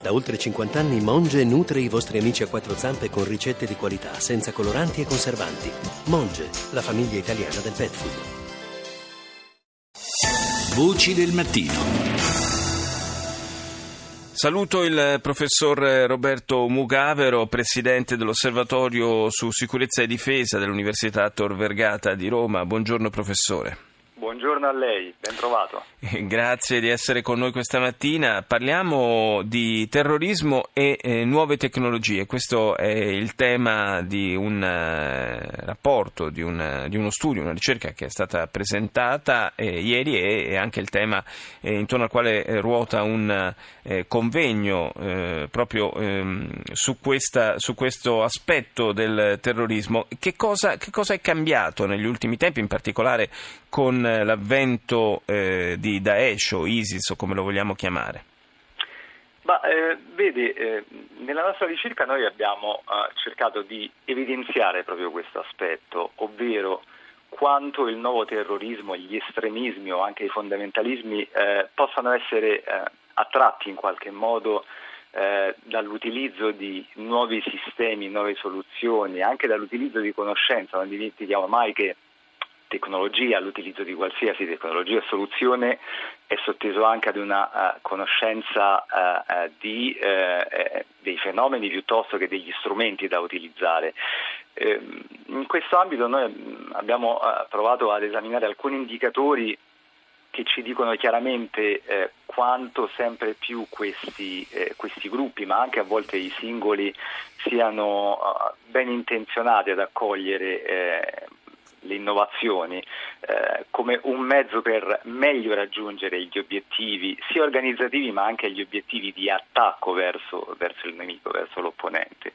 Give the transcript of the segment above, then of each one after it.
Da oltre 50 anni Monge nutre i vostri amici a quattro zampe con ricette di qualità, senza coloranti e conservanti. Monge, la famiglia italiana del pet food. Voci del mattino. Saluto il professor Roberto Mugavero, presidente dell'Osservatorio su sicurezza e difesa dell'Università Tor Vergata di Roma. Buongiorno professore. Buongiorno a lei, ben trovato. Grazie di essere con noi questa mattina. Parliamo di terrorismo e nuove tecnologie. Questo è il tema di un rapporto, di uno studio, una ricerca che è stata presentata ieri e anche il tema intorno al quale ruota un convegno proprio su questo aspetto del terrorismo. Che cosa è cambiato negli ultimi tempi, in particolare con l'avvento di Daesh o ISIS o come lo vogliamo chiamare? Nella nostra ricerca noi abbiamo cercato di evidenziare proprio questo aspetto, ovvero quanto il nuovo terrorismo, gli estremismi o anche i fondamentalismi possano essere attratti in qualche modo dall'utilizzo di nuovi sistemi, nuove soluzioni, anche dall'utilizzo di conoscenza. Non dimentichiamo mai che tecnologia, l'utilizzo di qualsiasi tecnologia o soluzione è sotteso anche ad una conoscenza dei fenomeni piuttosto che degli strumenti da utilizzare. In questo ambito noi abbiamo provato ad esaminare alcuni indicatori che ci dicono chiaramente quanto sempre più questi gruppi, ma anche a volte i singoli, siano ben intenzionati ad accogliere le innovazioni come un mezzo per meglio raggiungere gli obiettivi sia organizzativi ma anche gli obiettivi di attacco verso il nemico, verso l'opponente.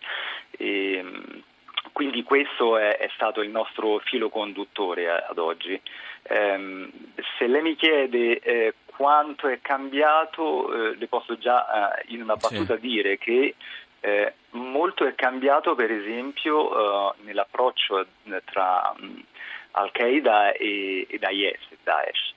Quindi questo è stato il nostro filo conduttore ad oggi. Se lei mi chiede quanto è cambiato, le posso già in una battuta dire che molto è cambiato, per esempio nell'approccio tra Al-Qaeda e Daesh.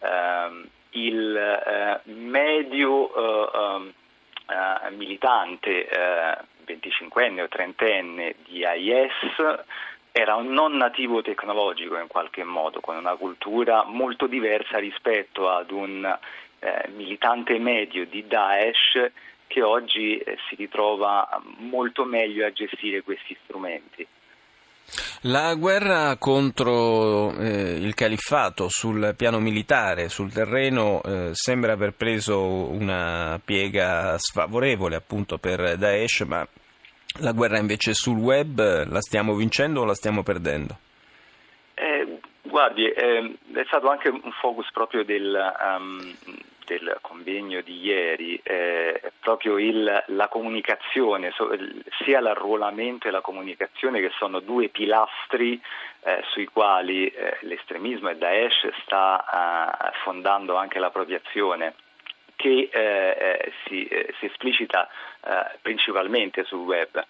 Il medio militante 25enne o 30enne di IS era un non nativo tecnologico in qualche modo, con una cultura molto diversa rispetto ad un militante medio di Daesh che oggi si ritrova molto meglio a gestire questi strumenti. La guerra contro il califfato sul piano militare, sul terreno, sembra aver preso una piega sfavorevole appunto per Daesh, ma la guerra invece sul web la stiamo vincendo o la stiamo perdendo? Guardi, è stato anche un focus proprio del convegno di ieri, proprio la comunicazione, sia l'arruolamento e la comunicazione, che sono due pilastri sui quali l'estremismo e Daesh sta fondando anche la propria azione, che si esplicita principalmente sul web.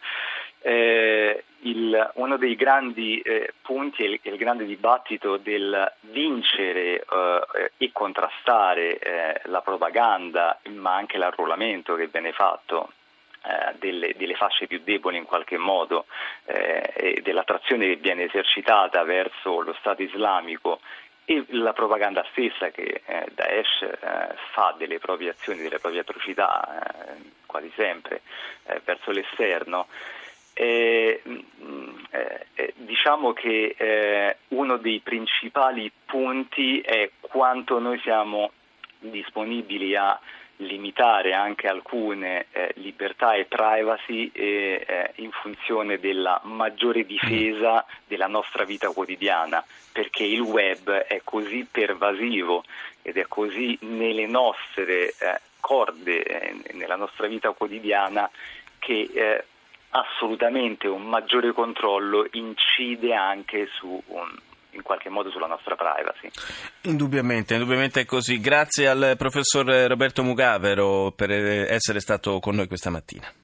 Uno dei grandi punti è il grande dibattito del vincere e contrastare la propaganda, ma anche l'arruolamento che viene fatto delle fasce più deboli in qualche modo, e dell'attrazione che viene esercitata verso lo Stato islamico e la propaganda stessa che Daesh fa delle proprie azioni, delle proprie atrocità quasi sempre verso l'esterno. Diciamo che uno dei principali punti è quanto noi siamo disponibili a limitare anche alcune libertà e privacy in funzione della maggiore difesa della nostra vita quotidiana, perché il web è così pervasivo ed è così nelle nostre corde, nella nostra vita quotidiana, che assolutamente un maggiore controllo incide anche in qualche modo sulla nostra privacy. Indubbiamente è così. Grazie al professor Roberto Mugavero per essere stato con noi questa mattina.